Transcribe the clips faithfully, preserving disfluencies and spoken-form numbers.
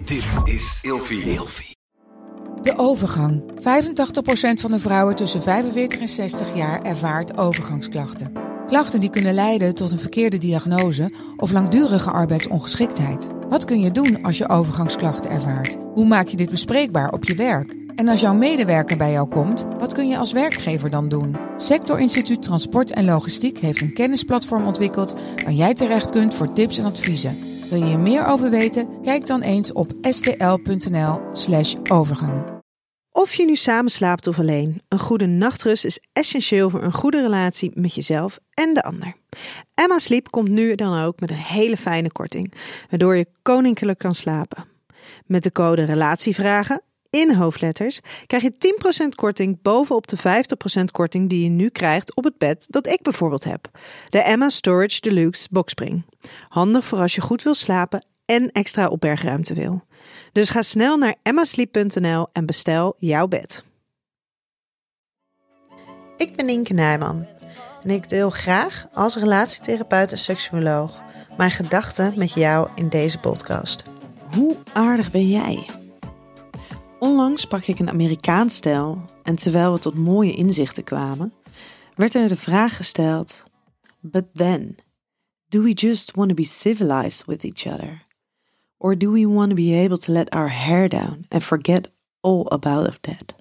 Dit is Ilfie. De overgang. vijfentachtig procent van de vrouwen tussen vijfenveertig en zestig jaar ervaart overgangsklachten. Klachten die kunnen leiden tot een verkeerde diagnose of langdurige arbeidsongeschiktheid. Wat kun je doen als je overgangsklachten ervaart? Hoe maak je dit bespreekbaar op je werk? En als jouw medewerker bij jou komt, wat kun je als werkgever dan doen? Sector Instituut Transport en Logistiek heeft een kennisplatform ontwikkeld waar jij terecht kunt voor tips en adviezen. Wil je hier meer over weten? Kijk dan eens op stl.nl slash overgang. Of je nu samen slaapt of alleen, een goede nachtrust is essentieel voor een goede relatie met jezelf en de ander. Emma Sleep komt nu dan ook met een hele fijne korting, waardoor je koninklijk kan slapen. Met de code RELATIEVRAGEN in hoofdletters krijg je tien procent korting bovenop de vijftig procent korting die je nu krijgt op het bed dat ik bijvoorbeeld heb. De Emma Storage Deluxe Boxspring. Handig voor als je goed wil slapen en extra opbergruimte wil. Dus ga snel naar emma sleep punt n l en bestel jouw bed. Ik ben Nienke Nijman en ik deel graag als relatietherapeut en seksuoloog mijn gedachten met jou in deze podcast. Hoe aardig ben jij? Onlangs sprak ik een Amerikaans stel en terwijl we tot mooie inzichten kwamen, werd er de vraag gesteld: But then, do we just want to be civilized with each other? Or do we want to be able to let our hair down and forget all about that?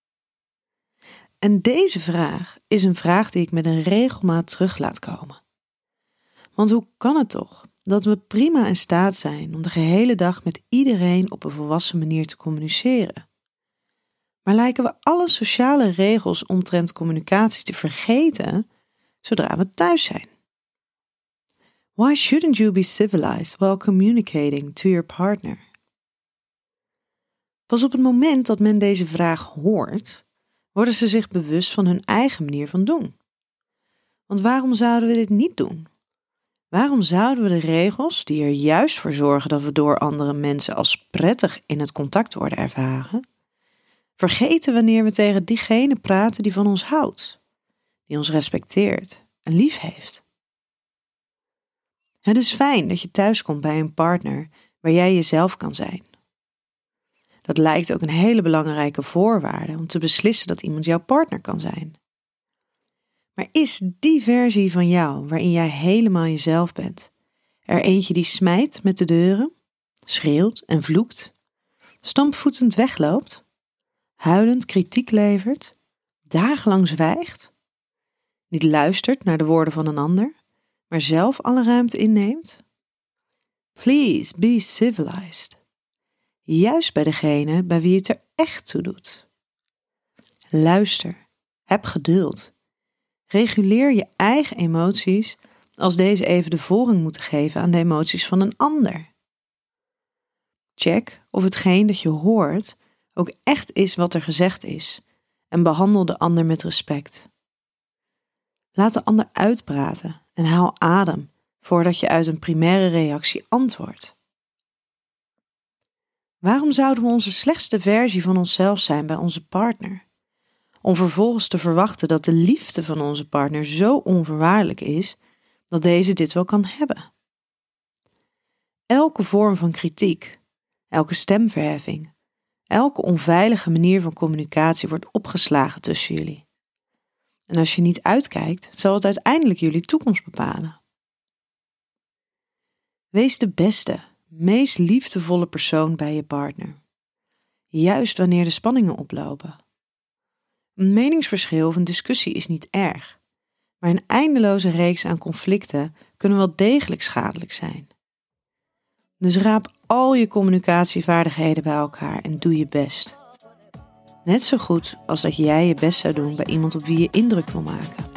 En deze vraag is een vraag die ik met een regelmaat terug laat komen. Want hoe kan het toch dat we prima in staat zijn om de gehele dag met iedereen op een volwassen manier te communiceren? Maar lijken we alle sociale regels omtrent communicatie te vergeten zodra we thuis zijn? Why shouldn't you be civilized while communicating to your partner? Pas op het moment dat men deze vraag hoort, worden ze zich bewust van hun eigen manier van doen. Want waarom zouden we dit niet doen? Waarom zouden we de regels, die er juist voor zorgen dat we door andere mensen als prettig in het contact worden ervaren, vergeten wanneer we tegen diegene praten die van ons houdt, die ons respecteert en lief heeft? Het is fijn dat je thuiskomt bij een partner waar jij jezelf kan zijn. Dat lijkt ook een hele belangrijke voorwaarde om te beslissen dat iemand jouw partner kan zijn. Maar is die versie van jou, waarin jij helemaal jezelf bent, er eentje die smijt met de deuren, schreeuwt en vloekt, stampvoetend wegloopt, huilend kritiek levert, dagenlang zwijgt, niet luistert naar de woorden van een ander, maar zelf alle ruimte inneemt? Please be civilized. Juist bij degene bij wie het er echt toe doet. Luister, heb geduld. Reguleer je eigen emoties als deze even de voorrang moeten geven aan de emoties van een ander. Check of hetgeen dat je hoort ook echt is wat er gezegd is en behandel de ander met respect. Laat de ander uitpraten en haal adem voordat je uit een primaire reactie antwoordt. Waarom zouden we onze slechtste versie van onszelf zijn bij onze partner? Om vervolgens te verwachten dat de liefde van onze partner zo onvoorwaardelijk is dat deze dit wel kan hebben. Elke vorm van kritiek, elke stemverheffing, elke onveilige manier van communicatie wordt opgeslagen tussen jullie. En als je niet uitkijkt, zal het uiteindelijk jullie toekomst bepalen. Wees de beste, meest liefdevolle persoon bij je partner. Juist wanneer de spanningen oplopen. Een meningsverschil of een discussie is niet erg, maar een eindeloze reeks aan conflicten kunnen wel degelijk schadelijk zijn. Dus raap al je communicatievaardigheden bij elkaar en doe je best. Net zo goed als dat jij je best zou doen bij iemand op wie je indruk wil maken.